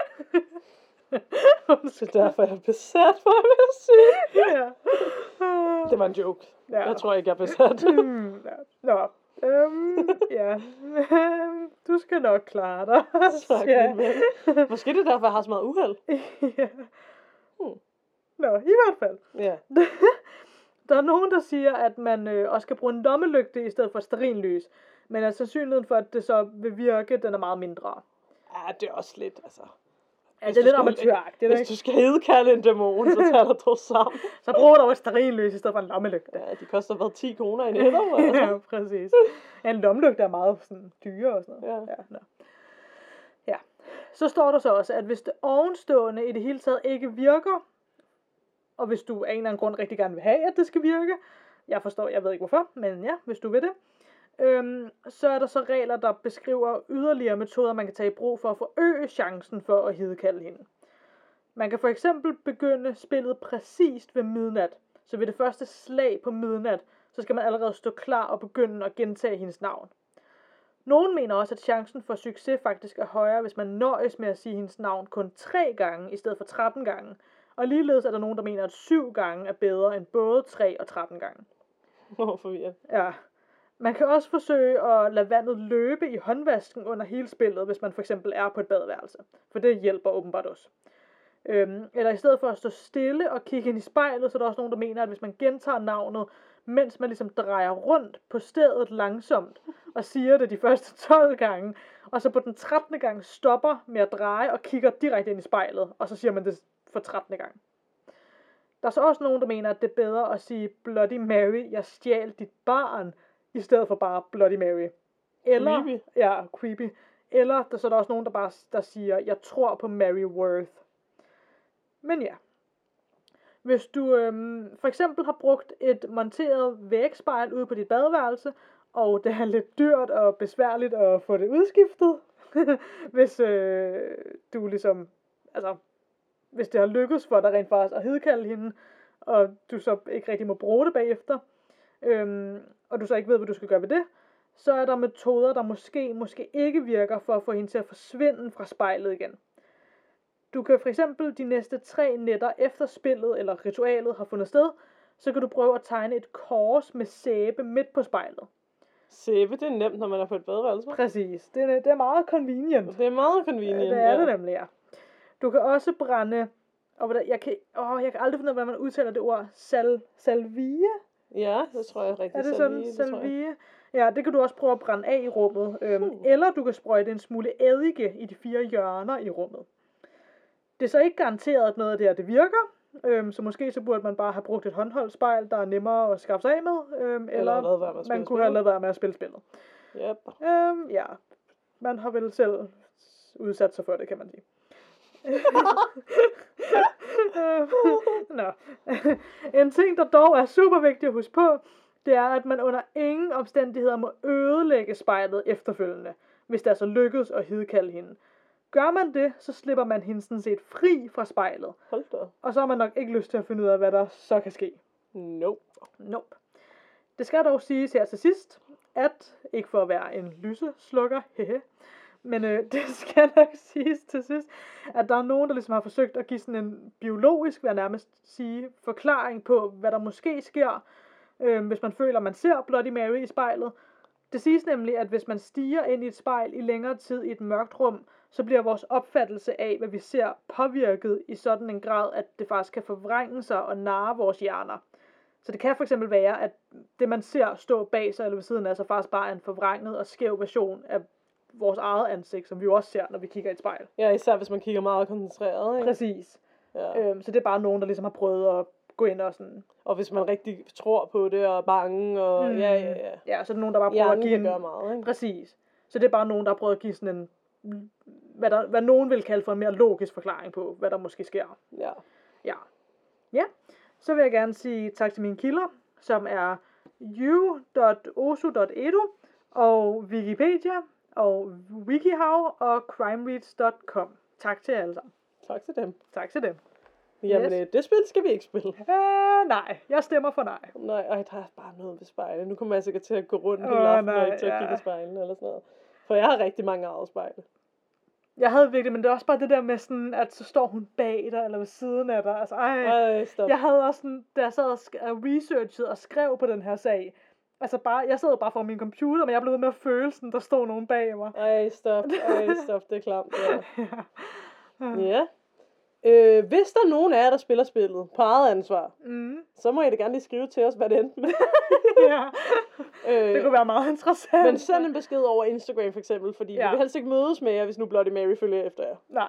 Så derfor er jeg besat for at være syg. Ja. Det var en joke. Ja. Jeg tror ikke, jeg er besat. Hmm, ja. Nå. Øhm, ja. Du skal nok klare dig. Tak, ja. min ven. Måske det er derfor, jeg har så meget uheld. Ja. Hmm. Nå, i hvert fald. Ja. Der er nogen, der siger, at man øh, også kan bruge en lommelygte i stedet for stearinlys. Men at sandsynligheden for, at det så vil virke, den er meget mindre. Ja, det er også lidt, altså. Ja, det er lidt amatøragtigt, Hvis ikke? du skal hedkalde en dæmon, så tager du dog sammen. Så brug dog et stearinlys i stedet for en lommelygte. Ja, de koster hvad, ti kroner i netto, altså. Ja, præcis. Ja, en lommelygte er meget sådan dyre og sådan noget. Ja. Ja, no. Ja. Så står der så også, at hvis det ovenstående i det hele taget ikke virker, og hvis du af en eller anden grund rigtig gerne vil have, at det skal virke, jeg forstår, jeg ved ikke hvorfor, men ja, hvis du vil det, øhm, så er der så regler, der beskriver yderligere metoder, man kan tage i brug for at forøge chancen for at hidkalde hende. Man kan for eksempel begynde spillet præcist ved midnat, så ved det første slag på midnat, så skal man allerede stå klar og begynde at gentage hendes navn. Nogen mener også, at chancen for succes faktisk er højere, hvis man nøjes med at sige hendes navn kun tre gange i stedet for tretten gange. Og ligeledes er der nogen, der mener, at syv gange er bedre end både tre og tretten gange. Åh, forvirret. Ja. Man kan også forsøge at lade vandet løbe i håndvasken under hele spillet, hvis man for eksempel er på et badeværelse. For det hjælper åbenbart også. Øhm, eller i stedet for at stå stille og kigge ind i spejlet, så er der også nogen, der mener, at hvis man gentager navnet, mens man ligesom drejer rundt på stedet langsomt, og siger det de første tolv gange, og så på den trettende gang stopper med at dreje og kigger direkte ind i spejlet, og så siger man det for trettende gang. Der er så også nogen, der mener, at det er bedre at sige Bloody Mary, jeg stjal dit barn, i stedet for bare Bloody Mary. Eller, Creepy. Ja, creepy. Eller der, så er der også nogen, der bare der siger, jeg tror på Mary Worth. Men ja. Hvis du øhm, for eksempel har brugt et monteret vægspejl ude på dit badeværelse, og det er lidt dyrt og besværligt at få det udskiftet, hvis øh, du ligesom, altså, hvis det har lykkes for dig rent faktisk at hidkalde hende, og du så ikke rigtig må bruge det bagefter, øhm, og du så ikke ved, hvad du skal gøre ved det, så er der metoder, der måske, måske ikke virker for at få hende til at forsvinde fra spejlet igen. Du kan for eksempel de næste tre nætter efter spillet eller ritualet har fundet sted, så kan du prøve at tegne et kors med sæbe midt på spejlet. Sæbe, det er nemt, når man er på et badeværelse. Præcis. Det er, det er meget convenient. Det er meget convenient, Det er ja. det nemlig, ja. Du kan også brænde, og hvordan, jeg kan, åh, jeg kan aldrig finde ud af, hvordan man udtaler det ord, sal, salvie. Ja, det tror jeg er rigtigt. Er det sådan, salvie, det tror jeg. salvie? Ja, det kan du også prøve at brænde af i rummet. Øhm, Hmm. Eller du kan sprøjte en smule eddike i de fire hjørner i rummet. Det er så ikke garanteret, at noget af det her det virker. Øhm, så måske så burde man bare have brugt et håndholdt spejl, der er nemmere at skaffe sig af med. Øhm, eller Eller lade være med at spille man kunne have lavet være med at spille spillet. Yep. Øhm, ja, man har vel selv udsat sig for det, kan man sige. Nå. En ting, der dog er super vigtig at huske på, det er, at man under ingen omstændigheder må ødelægge spejlet efterfølgende, hvis det altså lykkes at hidkalde hende. Gør man det, så slipper man hende sådan set fri fra spejlet. Hold da. Og så har man nok ikke lyst til at finde ud af, hvad der så kan ske. Nope. Nope. Det skal dog siges her til sidst, at, ikke for at være en lyseslukker, hehe, men øh, det skal nok siges til sidst, at der er nogen, der ligesom har forsøgt at give sådan en biologisk, vil jeg nærmest sige, forklaring på, hvad der måske sker, øh, hvis man føler, at man ser Bloody Mary i spejlet. Det siges nemlig, at hvis man stiger ind i et spejl i længere tid i et mørkt rum, så bliver vores opfattelse af, hvad vi ser, påvirket i sådan en grad, at det faktisk kan forvrænge sig og narre vores hjerner. Så det kan for eksempel være, at det man ser stå bag sig eller ved siden af sig, faktisk bare er en forvrænget og skæv version af vores eget ansigt, som vi jo også ser, når vi kigger i et spejl. Ja, især hvis man kigger meget koncentreret, ikke? Præcis. Ja. Øhm, så det er bare nogen, der ligesom har prøvet at gå ind og sådan... Og hvis man rigtig tror på det og er bange, og Mm. ja, ja, ja. Ja, så er det nogen, der bare prøver Hjernen at give kan en... gøre meget, ikke? Præcis. Så det er bare nogen, der har prøvet at give sådan en... Hvad, der, hvad nogen vil kalde for en mere logisk forklaring på, hvad der måske sker. Ja. Ja. Ja, så vil jeg gerne sige tak til mine kilder, som er u punktum osu punktum edu og Wikipedia og WikiHow og crimereads punktum com. Tak til jer alle sammen. Tak til dem. Tak til dem. Jamen, Yes. yes. det spil skal vi ikke spille. Øh, nej, jeg stemmer for nej. Nej, ej, der er bare noget ved spejle. Nu kommer jeg sikkert til at gå rundt Åh, hele aften og nej, ikke til at ja. kigge i spejlene eller sådan noget. For jeg har rigtig mange arvede spejle. Jeg havde virkelig, men det er også bare det der med sådan, at så står hun bag dig, eller ved siden af dig. Altså, ej. Ej, stop. Jeg havde også sådan, da jeg sad og sk- og researchede og skrev på den her sag, altså bare, jeg sad bare foran min computer, men jeg blev ved med at føle sådan, der stod nogen bag mig. Ej, stop. Ej, stop. Det er klamt. Ja. Ja. Ja. Øh, hvis der er nogen af jer, der spiller spillet på eget ansvar, Mm. så må I da gerne lige skrive til os, hvad det endte med. Ja, øh, det kunne være meget interessant. Men send en besked over Instagram for eksempel, fordi ja. vi vil helst ikke mødes med jer, hvis nu Bloody Mary følger efter jer. Nej.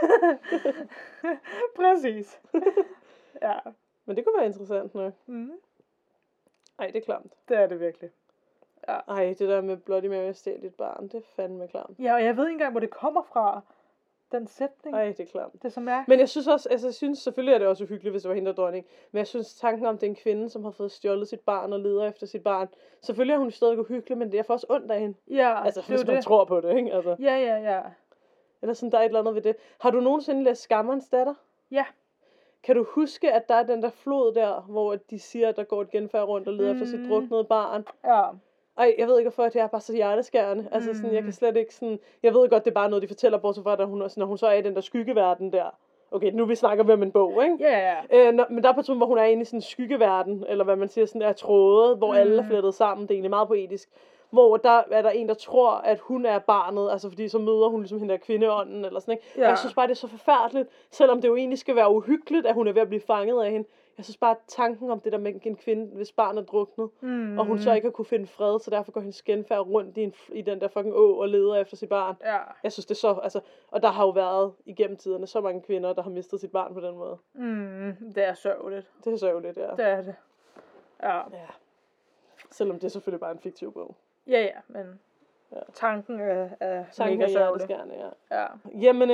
Præcis. Ja. Men det kunne være interessant nok. Mm. Ej, det er klamt. Det er det virkelig. Ja. Ej, det der med Bloody Mary stjæl dit barn, det er fandme klamt. Ja, og jeg ved ikke engang, hvor det kommer fra. Den sætning. Ej, det er klamt. Det er så mærkeligt. Men jeg synes også, altså jeg synes selvfølgelig er det også uhyggeligt, hvis det var hende, der dronning. Men jeg synes tanken om, det er en kvinde, som har fået stjålet sit barn og leder efter sit barn. Selvfølgelig er hun stadig uhyggelig, men det er for også ondt af hende. Ja, altså, det hvis er man det. tror på det, ikke? Altså. Ja, ja, ja. Eller sådan, der er et eller andet ved det. Har du nogensinde læst Skammerens datter? Ja. Kan du huske, at der er den der flod der, hvor de siger, at der går et genfærd rundt og leder mm. efter sit druknede barn? Ja. Ej, jeg ved ikke hvorfor, at det er bare så hjerteskærende. Altså sådan, jeg kan slet ikke sådan... Jeg ved godt, det er bare noget, de fortæller, bortset fra, at hun, når hun så er i den der skyggeverden der. Okay, nu vi snakker vi om en bog, ikke? Ja, ja. Øh, når, men der er på et hvor hun er inde i sådan en skyggeverden, eller hvad man siger, sådan er trådet, hvor mm. alle er flettet sammen. Det er egentlig meget poetisk. Hvor der er der en, der tror, at hun er barnet, altså fordi så møder hun ligesom hende der kvindeånden, eller sådan, ikke? Ja. Og jeg synes bare, det er så forfærdeligt, selvom det jo egentlig skal være uhyggeligt, at hun er ved at blive fanget af hende. Jeg synes bare, tanken om det der med en kvinde, hvis barnet er druknet, mm. og hun så ikke har kunne finde fred, så derfor går hendes genfærd rundt i, en, i den der fucking å og leder efter sit barn. Ja. Jeg synes det er så, altså, og der har jo været igennem tiderne så mange kvinder, der har mistet sit barn på den måde. Mm, det er sørgeligt. Det er sørgeligt, ja. Det er det. Ja. ja. Selvom det er selvfølgelig bare en fiktiv bog. Ja, ja, men ja. tanken er, er tanken mega sørgelig. Ja. Ja. Jamen,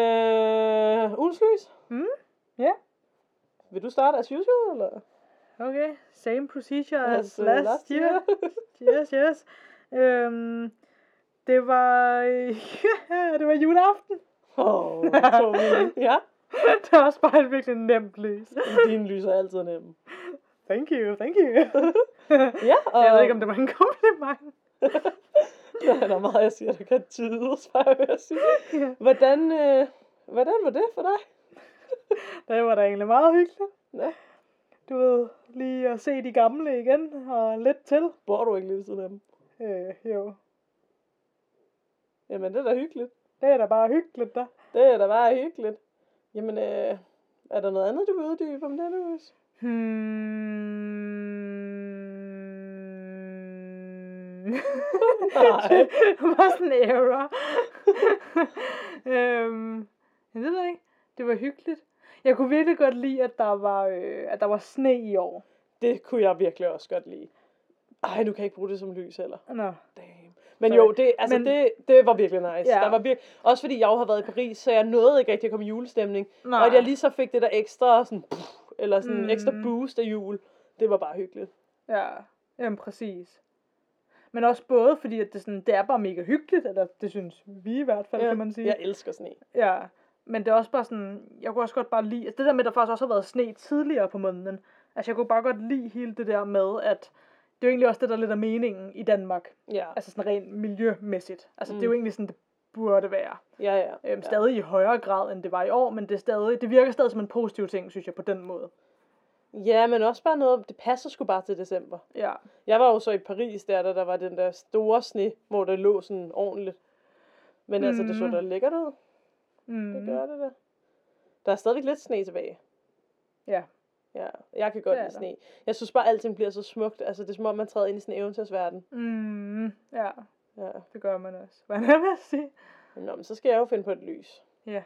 øh, ugens lys? Mm, ja. Yeah. Vil du starte as usual, eller? Okay, same procedure as, as uh, last, last year. year. Yes, yes. Um, det var, det var juleaften. Åh, oh, ja. Det var også bare et virkelig nemt lys. Dine lys er altid nemme. Thank you, thank you. Ja, og... Jeg ved ikke, om det var en kompliment. Nej, der er meget, jeg siger, der kan tydes, var jeg ved at sige. Ja. Hvordan, øh, hvordan var det for dig? Det var da egentlig meget hyggeligt. Ja. Du ved, lige at se de gamle igen, og lidt til. Bor du ikke lige ved siden af dem? Øh, jo. Jamen, det er da hyggeligt. Det er da bare hyggeligt, da. Det er da bare hyggeligt. Jamen, øh, er der noget andet, du vil uddybe om det, Louise? Hmm... Nej. Det var sådan en error. øhm, jeg ved ikke. Det var hyggeligt. Jeg kunne virkelig godt lide, at der var, øh, at der var sne i år. Det kunne jeg virkelig også godt lide. Ej, nu kan jeg ikke bruge det som lys heller. Nå. Damn. Men Sorry. jo, det, altså Men, det, det var virkelig nice. Ja. Der var vir- også fordi jeg jo har været i Paris, så jeg nåede ikke rigtig at komme i julestemning. Nej. Og at jeg lige så fik det der ekstra, sådan, pff, eller sådan mm. ekstra boost af jul, det var bare hyggeligt. Ja, jamen præcis. Men også både fordi, at det, sådan, det er bare mega hyggeligt, eller det synes vi i hvert fald, ja. kan man sige. Jeg elsker sne. Ja, men det er også bare sådan, jeg kunne også godt bare lide, altså det der med, at der faktisk også har været sne tidligere på måneden. Altså jeg kunne bare godt lide hele det der med, at det er jo egentlig også det, der lidt er meningen i Danmark. Ja. Altså sådan rent miljømæssigt. Altså mm. det er jo egentlig sådan, det burde være. Ja, ja. Øhm, stadig ja. i højere grad, end det var i år, men det, er stadig, det virker stadig som en positiv ting, synes jeg, på den måde. Ja, men også bare noget, det passer sgu bare til december. Ja. Jeg var jo så i Paris, der, der, der var den der store sne, hvor det lå sådan ordentligt. Men mm. altså, det så da lækkert ud. Mm. Det gør det da. Der er stadigvæk lidt sne tilbage. Ja. Ja, jeg kan godt lide sne. Jeg synes bare, at alting bliver så smukt. Altså, det er som om, man træder ind i sådan en eventyrsverden. Mm, ja. Ja, det gør man også. Hvad er det at sige? Nå, men så skal jeg jo finde på et lys. Ja.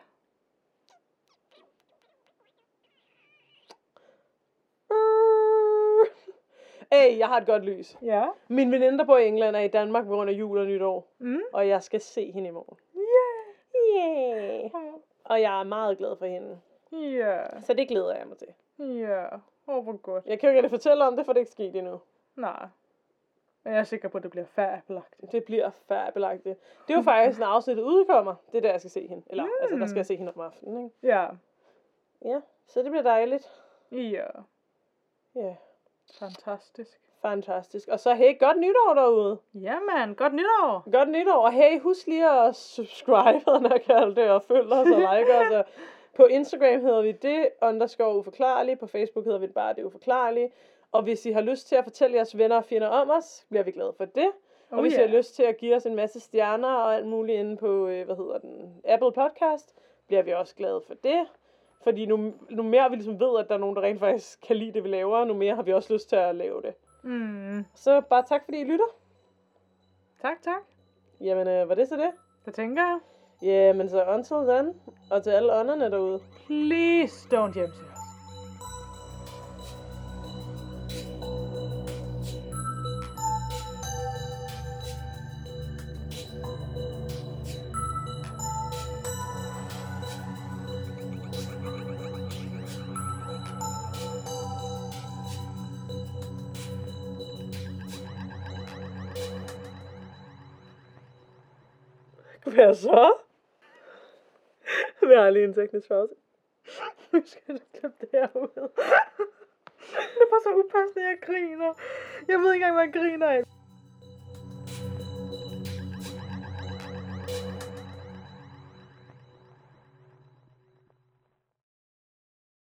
Hey, jeg har et godt lys. Ja. Min veninde, der bor i England, er i Danmark på grund af jul og nytår. Mm. Og jeg skal se hende i morgen. Yeah. Yeah. Og jeg er meget glad for hende. Ja. Yeah. Så det glæder jeg mig til. Ja. Yeah. Åh, oh, hvor godt. Jeg kan jo ikke rigtig fortælle om det, for det er ikke sket endnu. Nej. Men jeg er sikker på, at det bliver færdigbelagt. Det bliver færdigbelagt. Det er jo faktisk, når afsnittet udkommer. Det er der, jeg skal se hende. Eller, mm. altså, der skal jeg se hende om aftenen, ikke? Ja. Ja, så det bliver dejligt. Ja. Ja. Fantastisk. Fantastisk. Og så hey, godt nytår derude. Jamen, godt nytår. Godt nytår. Og hey, husk lige at subscribe, når jeg kalder det, og følg os og like os. Og på Instagram hedder vi det, underscore uforklarligt. På Facebook hedder vi det bare det uforklarlige. Og hvis I har lyst til at fortælle jeres venner og fjender om os, bliver vi glade for det. Og oh, hvis yeah. I har lyst til at give os en masse stjerner og alt muligt inde på, hvad hedder den, Apple Podcast, bliver vi også glade for det. Fordi nu, nu mere vi ligesom ved, at der er nogen, der rent faktisk kan lide det, vi laver, nu mere har vi også lyst til at lave det. Mm. Så bare tak, fordi I lytter. Tak, tak. Jamen, øh, var det så det? Det tænker jeg. Jamen, så until then, og til alle ånderne derude. Please don't hjemsøge os. Hvad så? Vi har lige en teknisk pause. Nu skal du klippe det her ud. Det er bare så upassende, jeg griner. Jeg ved ikke engang, hvad jeg griner af.